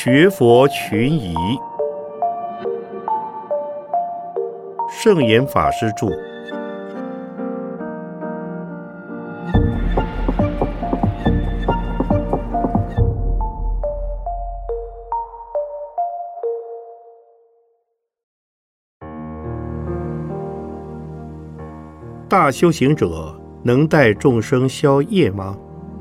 学佛群疑，圣严法师著。大修行者能带众生消业吗？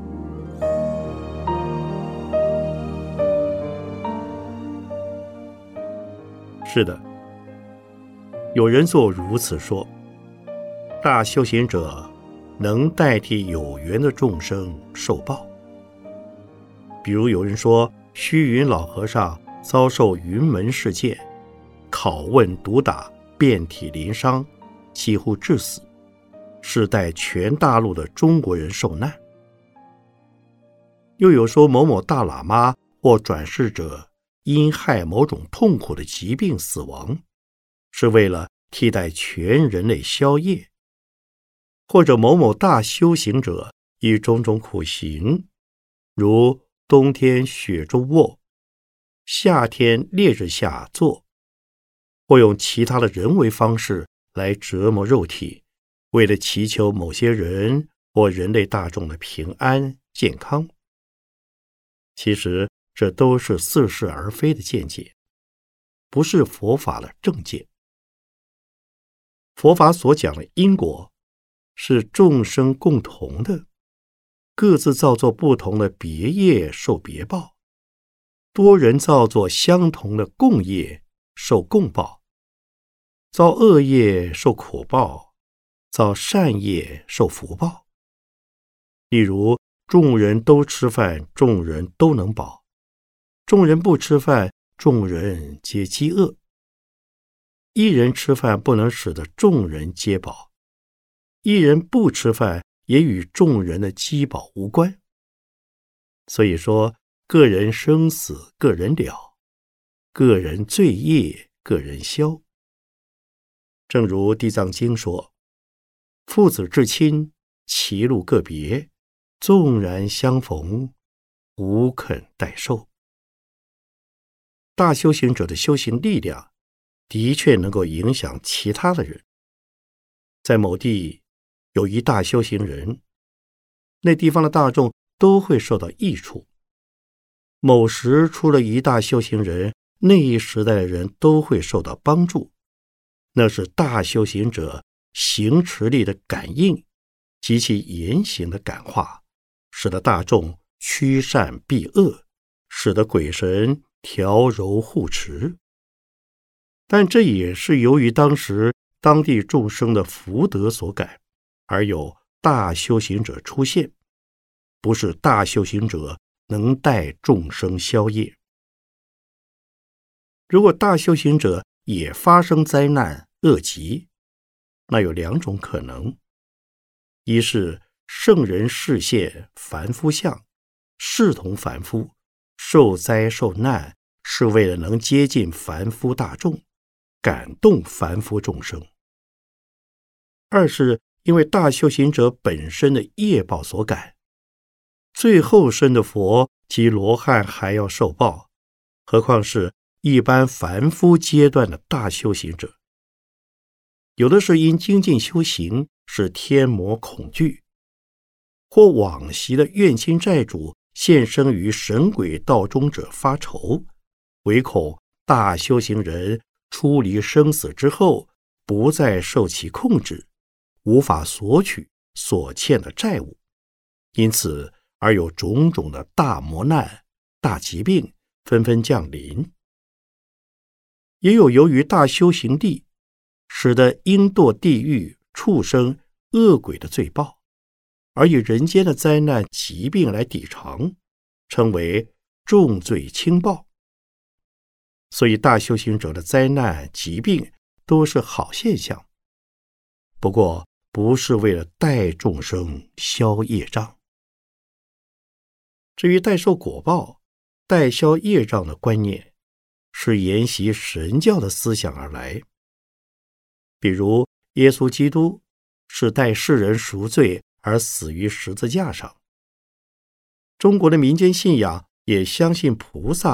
是的，有人就如此说，大修行者能代替有缘的众生受报。比如有人说，虚云老和尚遭受云门事件，拷问毒打，遍体鳞伤，几乎致死，是代全大陆的中国人受难。又有说某某大喇嘛或转世者因害某种痛苦的疾病死亡，是为了替代全人类消业。或者某某大修行者以种种苦行，如冬天雪中卧，夏天烈日下坐，或用其他的人为方式来折磨肉体，为了祈求某些人或人类大众的平安健康。其实这都是似是而非的见解，不是佛法的正见。佛法所讲的因果是众生共同的，各自造作不同的别业受别报，多人造作相同的共业受共报，造恶业受苦报，造善业受福报。例如众人都吃饭，众人都能饱；众人不吃饭，众人皆饥饿。一人吃饭不能使得众人皆饱，一人不吃饭也与众人的饥饱无关。所以说，个人生死个人了，个人罪业个人消。正如地藏经说，父子至亲，其路个别，纵然相逢，无肯代受。大修行者的修行力量的确能够影响其他的人。在某地有一大修行人，那地方的大众都会受到益处。某时出了一大修行人，那一时代的人都会受到帮助。那是大修行者行持力的感应及其言行的感化，使得大众驱善避恶，使得鬼神调柔护持。但这也是由于当时当地众生的福德所感，而有大修行者出现，不是大修行者能带众生消业。如果大修行者也发生灾难恶疾，那有两种可能：一是圣人示现凡夫相，视同凡夫，受灾受难是为了能接近凡夫大众，感动凡夫众生；二是因为大修行者本身的业报所感，最后生的佛及罗汉还要受报，何况是一般凡夫阶段的大修行者。有的是因精进修行使天魔恐惧，或往昔的怨亲债主现生于神鬼道中者发愁，唯恐大修行人出离生死之后不再受其控制，无法索取所欠的债务，因此而有种种的大磨难、大疾病纷纷降临。也有由于大修行地使得应堕地狱、畜生、恶鬼的罪报，而以人间的灾难疾病来抵偿，称为重罪轻报。所以大修行者的灾难疾病都是好现象，不过不是为了带众生消业障。至于代受果报、代消业障的观念，是沿袭神教的思想而来。比如耶稣基督是代世人赎罪而死于十字架上。中国的民间信仰也相信菩萨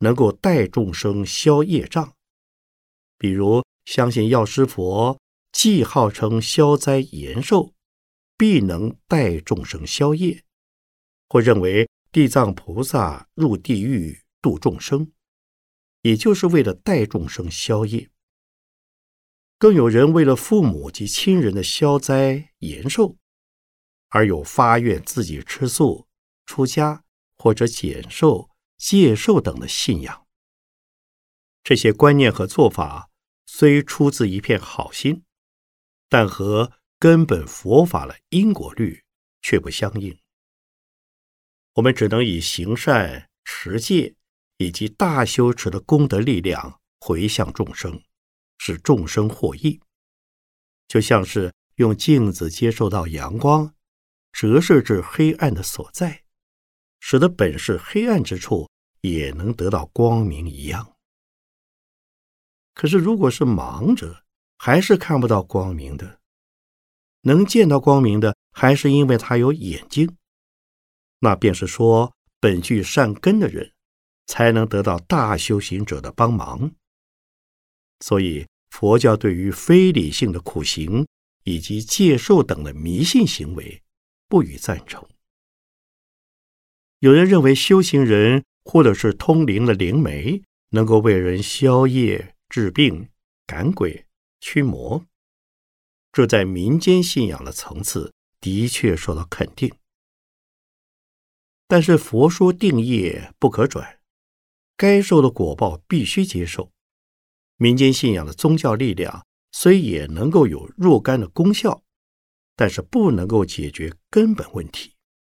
能够代众生消业障，比如相信药师佛既号称消灾延寿，必能代众生消业，或认为地藏菩萨入地狱度众生，也就是为了代众生消业。更有人为了父母及亲人的消灾延寿，而有发愿自己吃素、出家或者减寿、戒寿等的信仰。这些观念和做法虽出自一片好心，但和根本佛法的因果律却不相应。我们只能以行善、持戒以及大修持的功德力量回向众生，使众生获益，就像是用镜子接受到阳光，折射至黑暗的所在，使得本是黑暗之处也能得到光明一样。可是如果是盲者，还是看不到光明的。能见到光明的，还是因为他有眼睛。那便是说，本具善根的人才能得到大修行者的帮忙。所以佛教对于非理性的苦行以及戒寿等的迷信行为不予赞成。有人认为修行人或者是通灵的灵媒能够为人消业、治病、赶鬼、驱魔，这在民间信仰的层次的确受到肯定。但是佛说定业不可转，该受的果报必须接受。民间信仰的宗教力量虽也能够有若干的功效，但是不能够解决根本问题。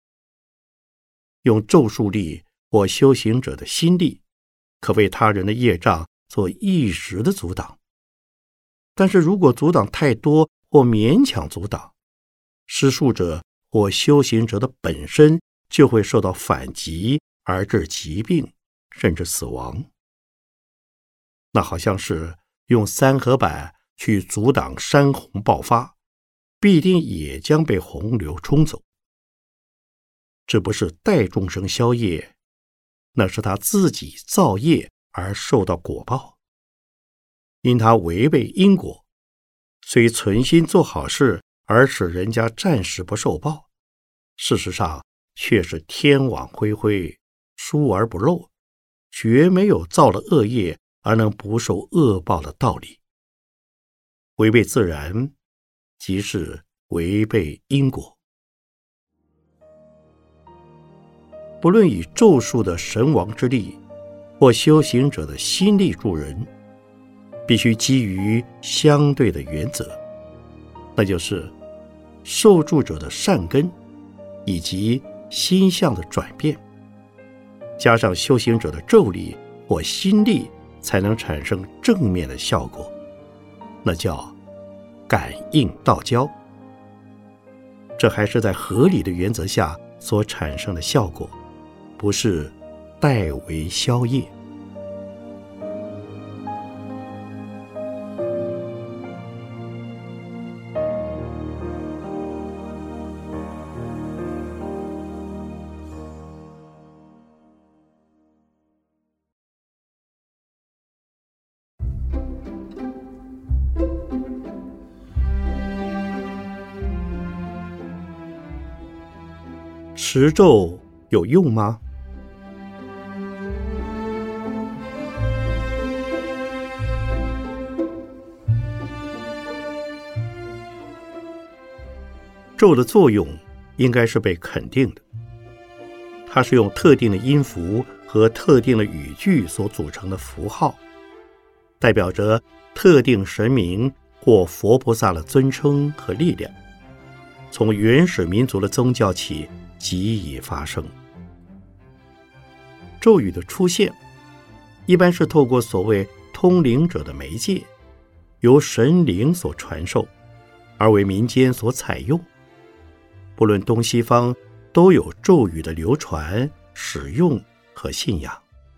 用咒术力或修行者的心力，可为他人的业障做一时的阻挡。但是如果阻挡太多或勉强阻挡，施术者或修行者的本身就会受到反击，而致疾病甚至死亡。那好像是用三合板去阻挡山洪爆发，必定也将被洪流冲走。这不是代众生消业，那是他自己造业而受到果报。因他违背因果，虽存心做好事而使人家暂时不受报，事实上却是天网恢恢，疏而不漏，绝没有造了恶业而能不受恶报的道理。违背自然，即是违背因果。不论以咒术的神王之力，或修行者的心力助人，必须基于相对的原则，那就是受助者的善根以及心相的转变，加上修行者的咒力或心力，才能产生正面的效果，那叫感应道交。这还是在合理的原则下所产生的效果，不是代为消业。持咒有用吗？咒的作用应该是被肯定的，它是用特定的音符和特定的语句所组成的符号，代表着特定神明或佛菩萨的尊称和力量，从原始民族的宗教起即已发生。咒语的出现一般是透过所谓通灵者的媒介，由神灵所传授，而为民间所采用。不论东西方，都有咒语的流传、使用和信仰。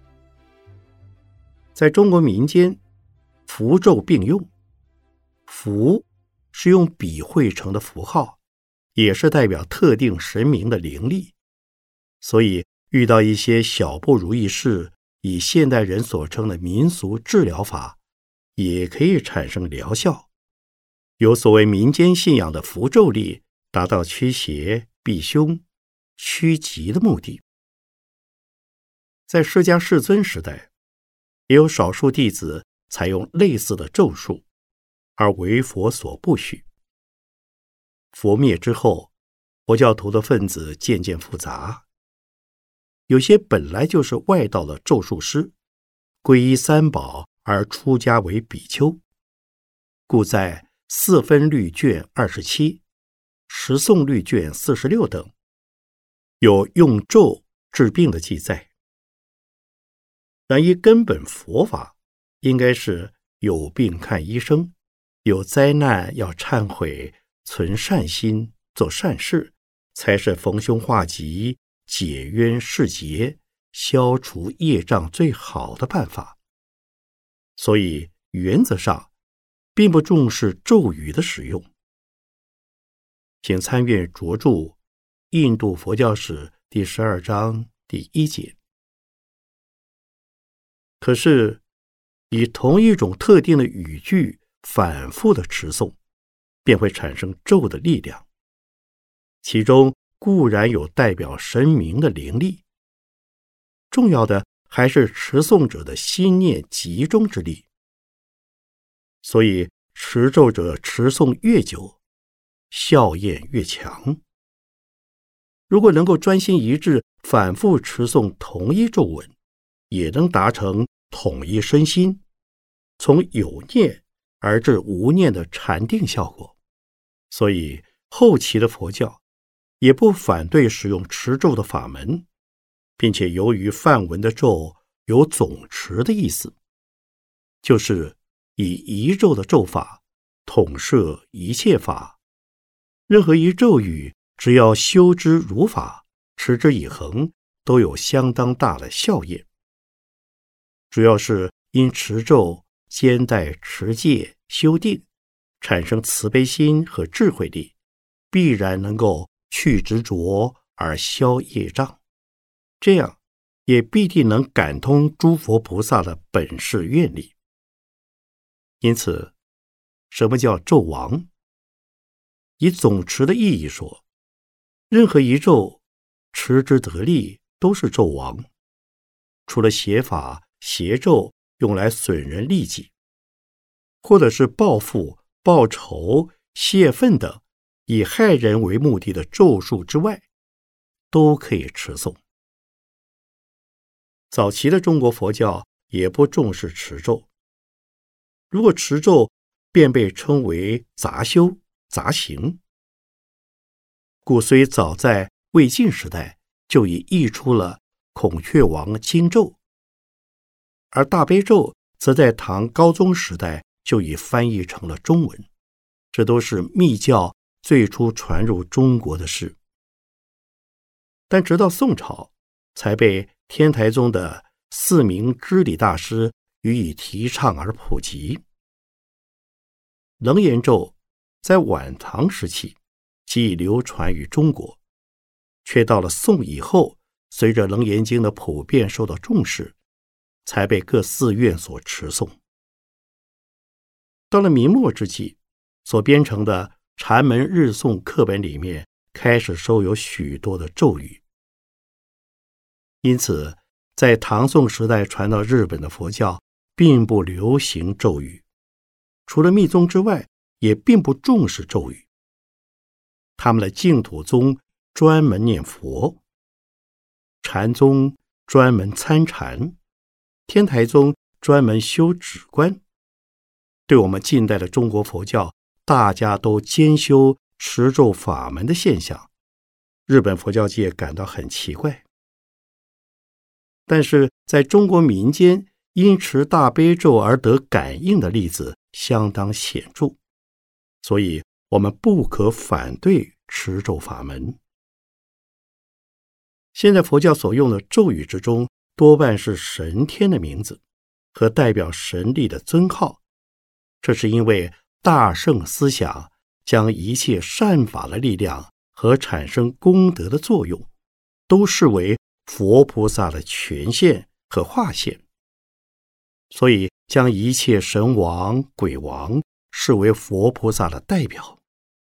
在中国民间，符咒并用，符是用笔绘成的符号，也是代表特定神明的灵力，所以遇到一些小不如意事， 以现代人所称的民俗治疗法，也可以产生疗效，有所谓民间信仰的符咒力，达到驱邪、避凶、趋吉的目的。在释迦世尊时代，也有少数弟子采用类似的咒术，而为佛所不许。佛灭之后，佛教徒的分子渐渐复杂，有些本来就是外道的咒术师，皈依三宝而出家为比丘，故在四分律卷27、十诵律卷46等有用咒治病的记载。然依根本佛法，应该是有病看医生，有灾难要忏悔，存善心，做善事，才是逢凶化吉、解冤释结、消除业障最好的办法。所以原则上并不重视咒语的使用。请参阅着注《印度佛教史》第12章第1节。可是以同一种特定的语句反复的持诵，便会产生咒的力量，其中固然有代表神明的灵力，重要的还是持诵者的心念集中之力。所以持咒者持诵越久，效验越强。如果能够专心一致反复持诵同一咒文，也能达成统一身心，从有念而至无念的禅定效果。所以后期的佛教也不反对使用持咒的法门，并且由于梵文的咒有总持的意思，就是以一咒的咒法统摄一切法，任何一咒语只要修之如法，持之以恒，都有相当大的效验。主要是因持咒兼带持戒修定，产生慈悲心和智慧力，必然能够去执着而消业障，这样也必定能感通诸佛菩萨的本誓愿力。因此，什么叫咒王？以总持的意义说，任何一咒持之得力都是咒王，除了邪法邪咒用来损人利己，或者是报复、报仇、泄愤等以害人为目的的咒术之外，都可以持诵。早期的中国佛教也不重视持咒，如果持咒便被称为杂修、杂行。故虽早在魏晋时代就已译出了孔雀王经咒，而大悲咒则在唐高宗时代就已翻译成了中文，这都是密教最初传入中国的事。但直到宋朝，才被天台宗的四明知礼大师予以提倡而普及。楞严咒在晚唐时期即已流传于中国，却到了宋以后，随着楞严经的普遍受到重视，才被各寺院所持诵。到了明末之际，所编成的禅门日诵课本里面开始收有许多的咒语。因此在唐宋时代传到日本的佛教并不流行咒语，除了密宗之外也并不重视咒语。他们的净土宗专门念佛，禅宗专门参禅，天台宗专门修止观。对我们近代的中国佛教大家都兼修持咒法门的现象，日本佛教界感到很奇怪。但是在中国民间因持大悲咒而得感应的例子相当显著，所以我们不可反对持咒法门。现在佛教所用的咒语之中，多半是神天的名字和代表神力的尊号，这是因为大乘思想将一切善法的力量和产生功德的作用，都视为佛菩萨的权限和化现，所以将一切神王、鬼王视为佛菩萨的代表。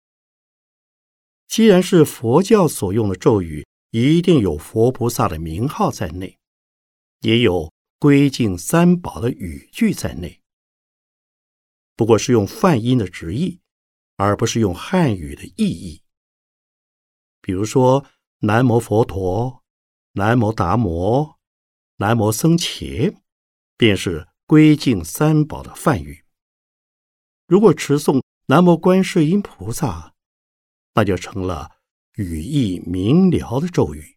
既然是佛教所用的咒语，一定有佛菩萨的名号在内，也有归敬三宝的语句在内，不过是用梵音的直译，而不是用汉语的意译。比如说南无佛陀、南无达摩、南无僧伽，便是归敬三宝的梵语。如果持诵南无观世音菩萨，那就成了语义明了的咒语。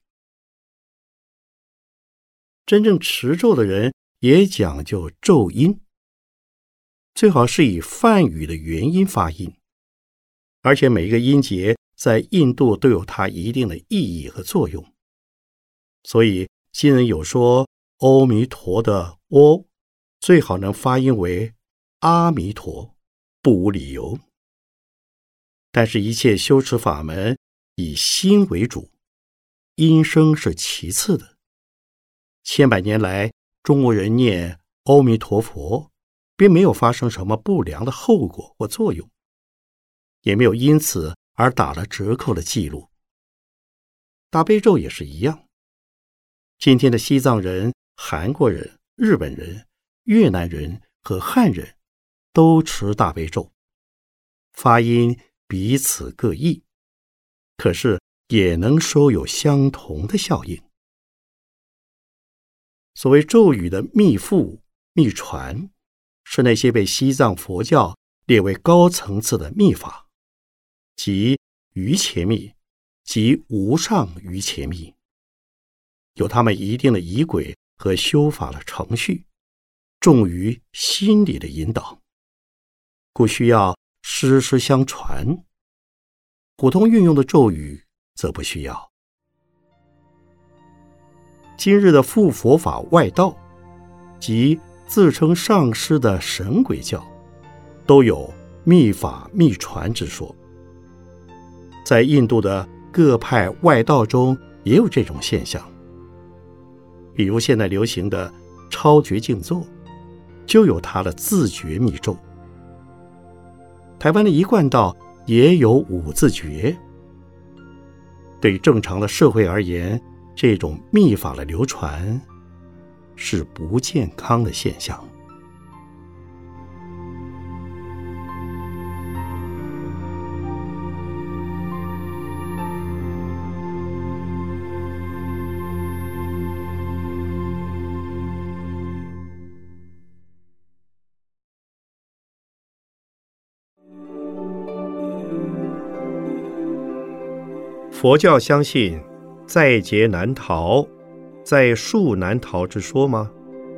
真正持咒的人也讲究咒音，最好是以梵语的元音发音，而且每一个音节在印度都有它一定的意义和作用。所以今人有说阿弥陀的阿最好能发音为阿弥陀，不无理由。但是一切修持法门以心为主，音声是其次的。千百年来，中国人念阿弥陀佛，并没有发生什么不良的后果或作用，也没有因此而打了折扣的记录。大悲咒也是一样。今天的西藏人、韩国人、日本人、越南人和汉人都持大悲咒，发音彼此各异，可是也能收有相同的效应。所谓咒语的密付、密传，是那些被西藏佛教列为高层次的密法，即瑜伽密及无上瑜伽密，有他们一定的仪轨和修法的程序，重于心理的引导，故需要师师相传。普通运用的咒语则不需要。今日的附佛法外道及自称上师的神鬼教，都有密法密传之说。在印度的各派外道中也有这种现象，比如现在流行的超觉静坐，就有它的自觉密咒。台湾的一贯道也有五字诀。对正常的社会而言，这种密法的流传是不健康的现象。佛教相信在劫难逃，在树难逃之说吗？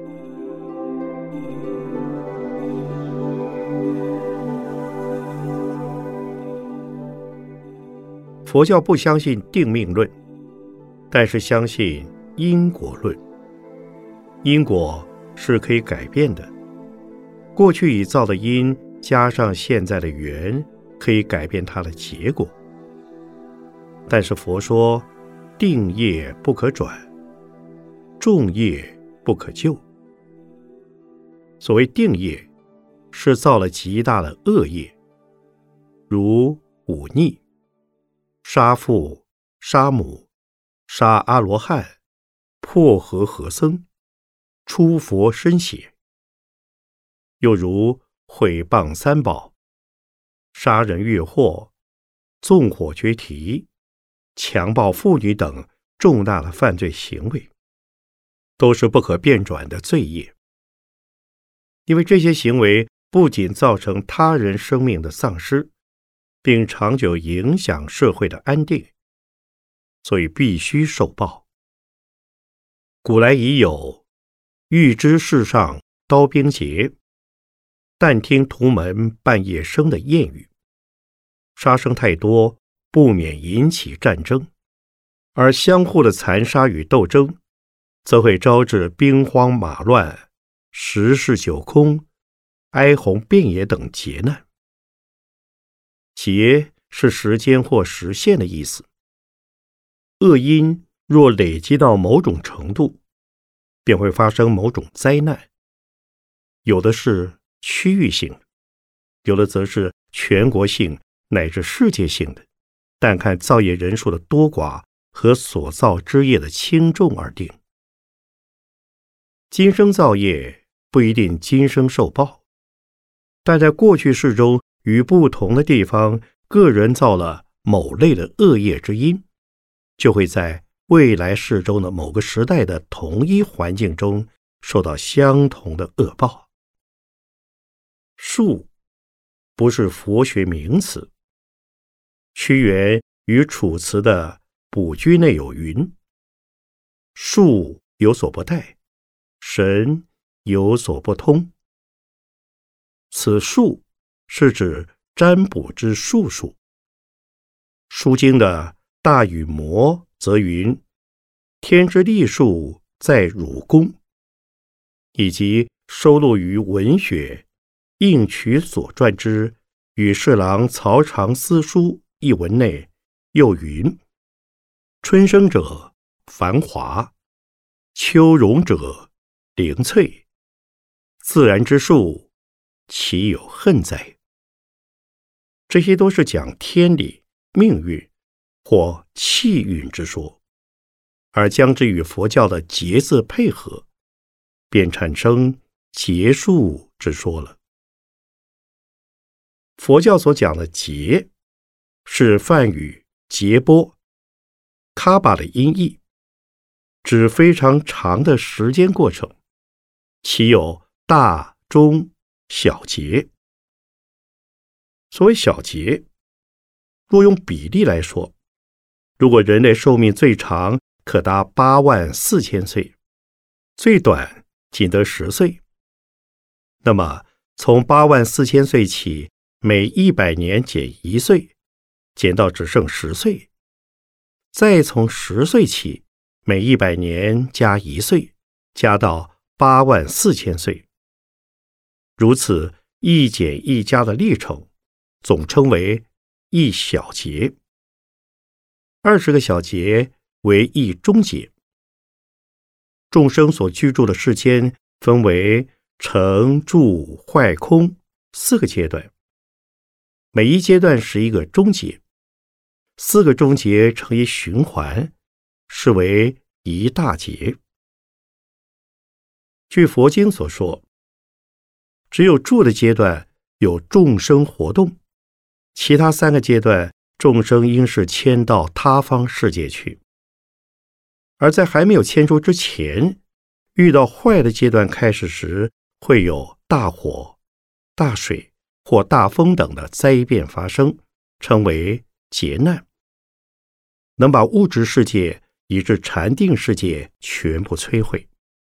佛教不相信定命论，但是相信因果论。因果是可以改变的，过去已造的因加上现在的缘，可以改变它的结果。但是佛说定业不可转，重业不可救。所谓定业，是造了极大的恶业，如忤逆、杀父、杀母、杀阿罗汉、破和合僧、出佛身血，又如毁谤三宝、杀人越货、纵火决堤、强暴妇女等重大的犯罪行为，都是不可变转的罪业。因为这些行为不仅造成他人生命的丧失，并长久影响社会的安定，所以必须受报。古来已有欲知世上刀兵劫，但听屠门半夜声的谚语。杀生太多，不免引起战争，而相互的残杀与斗争，则会招致兵荒马乱、十室九空、哀鸿遍野等劫难。劫是时间或时限的意思。恶因若累积到某种程度， 便会发生某种灾难。有的是区域性的，有的则是全国性乃至世界性的，但看造业人数的多寡和所造之业的轻重而定。今生造业不一定今生受报，但在过去世中与不同的地方，个人造了某类的恶业之因，就会在未来世中的某个时代的同一环境中受到相同的恶报。术不是佛学名词，屈原于楚辞的卜居内有云：术有所不逮，神有所不通。此术是指占卜之术数。书经的大禹谟则云：天之历数在汝宫，以及收录于文学应渠所传之与侍郎曹长思书一文内，又云：春生者繁华，秋荣者灵翠，自然之术，岂有恨哉？这些都是讲天理、命运或气运之说，而将之与佛教的劫字配合，便产生劫数之说了。佛教所讲的劫，是梵语劫波、卡巴的音译，指非常长的时间过程，其有大、中、小劫。所谓小劫，若用比例来说，如果人类寿命最长可达84000岁，最短仅得10岁，那么从84000岁起，每100年减1岁，减到只剩10岁，再从10岁起，每100年加1岁，加到84000岁。如此一减一加的历程，总称为一小劫。20个小劫为一中劫。众生所居住的世间分为成、住、坏、空4个阶段，每一阶段是一个中劫，4个中劫成一循环，是为一大劫。据佛经所说，只有住的阶段有众生活动，其他3个阶段众生应是迁到他方世界去。而在还没有迁出之前，遇到坏的阶段开始时，会有大火、大水或大风等的灾变发生，称为劫难，能把物质世界以至禅定世界全部摧毁。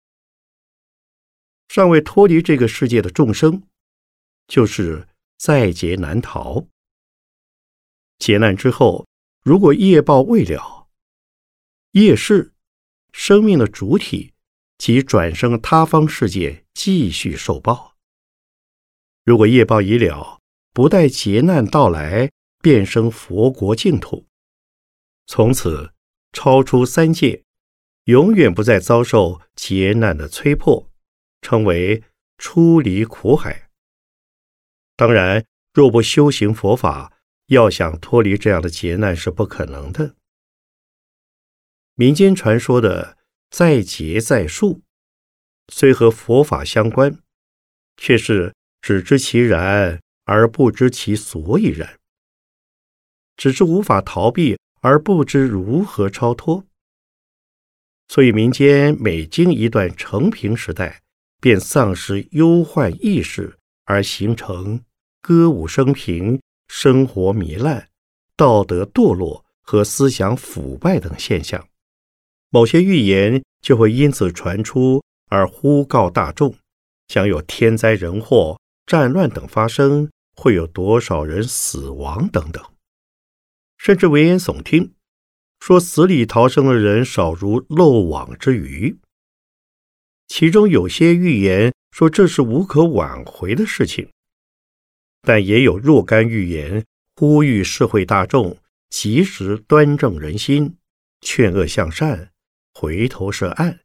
尚未脱离这个世界的众生，就是在劫难逃。劫难之后，如果业报未了，业是生命的主体，即转生他方世界继续受报。如果业报已了，不待劫难到来，便生佛国净土，从此超出3界，永远不再遭受劫难的摧迫，称为出离苦海。当然，若不修行佛法，要想脱离这样的劫难是不可能的。民间传说的在劫在术，虽和佛法相关，却是只知其然而不知其所以然，只是无法逃避而不知如何超脱。所以民间每经一段成平时代，便丧失忧患意识，而形成歌舞升平、生活糜烂、道德堕落和思想腐败等现象。某些预言就会因此传出，而呼告大众，将有天灾人祸、战乱等发生，会有多少人死亡等等。甚至危言耸听，说死里逃生的人少如漏网之鱼。其中有些预言说这是无可挽回的事情，但也有若干预言呼吁社会大众及时端正人心，劝恶向善，回头是岸，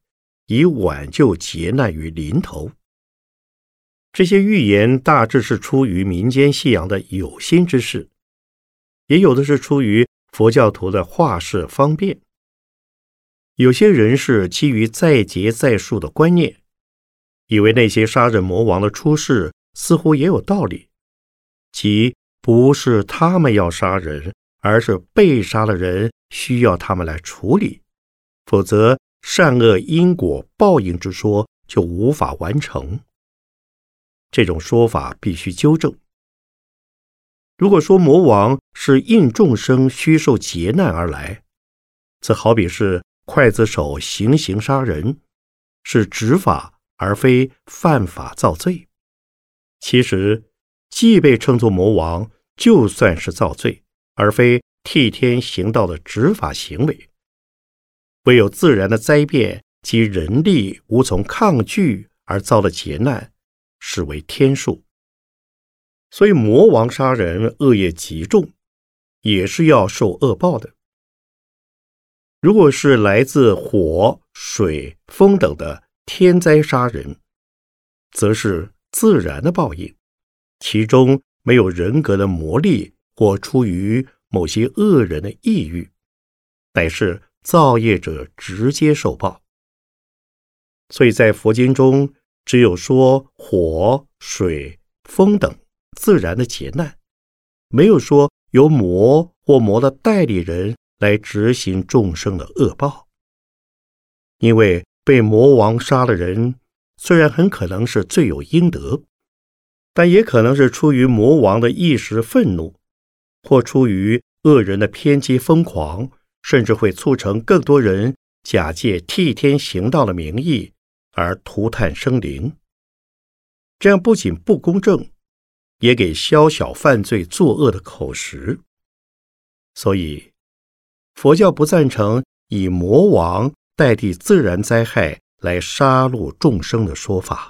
以挽救劫难于临头。这些预言大致是出于民间信仰的有心之事，也有的是出于佛教徒的话事方便。有些人是基于在劫在数的观念，以为那些杀人魔王的出世似乎也有道理，即不是他们要杀人，而是被杀的人需要他们来处理，否则善恶因果报应之说就无法完成。这种说法必须纠正。如果说魔王是应众生需受劫难而来，则好比是刽子手行刑杀人，是执法而非犯法造罪。其实既被称作魔王，就算是造罪，而非替天行道的执法行为。唯有自然的灾变及人力无从抗拒而遭了劫难，是为天数。所以魔王杀人恶业极重，也是要受恶报的。如果是来自火、水、风等的天灾杀人，则是自然的报应，其中没有人格的魔力或出于某些恶人的意欲，乃是造业者直接受报。所以在佛经中，只有说火、水、风等自然的劫难，没有说由魔或魔的代理人来执行众生的恶报。因为被魔王杀的人，虽然很可能是罪有应得，但也可能是出于魔王的一时愤怒，或出于恶人的偏激疯狂，甚至会促成更多人假借替天行道的名义而涂炭生灵。这样不仅不公正，也给宵小犯罪作恶的口实。所以佛教不赞成以魔王代替自然灾害来杀戮众生的说法。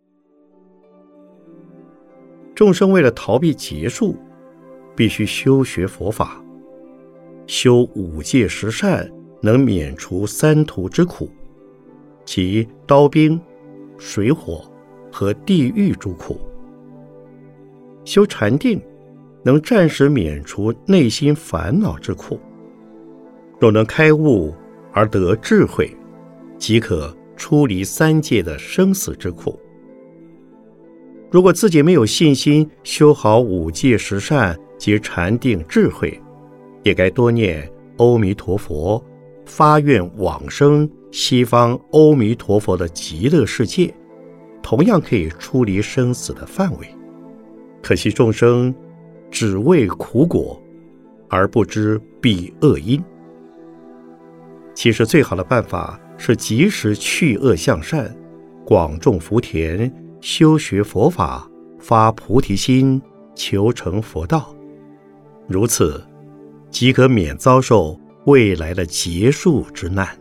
众生为了逃避劫数，必须修学佛法，修五戒十善，能免除三途之苦，即刀兵、水火和地狱诸苦。修禅定，能暂时免除内心烦恼之苦。若能开悟而得智慧，即可出离三界的生死之苦。如果自己没有信心修好五戒十善及禅定智慧，也该多念阿弥陀佛，发愿往生西方阿弥陀佛的极乐世界，同样可以出离生死的范围。可惜众生只为苦果，而不知避恶因。其实最好的办法是及时去恶向善，广种福田，修学佛法，发菩提心，求成佛道。如此即可免遭受未来的劫数之难。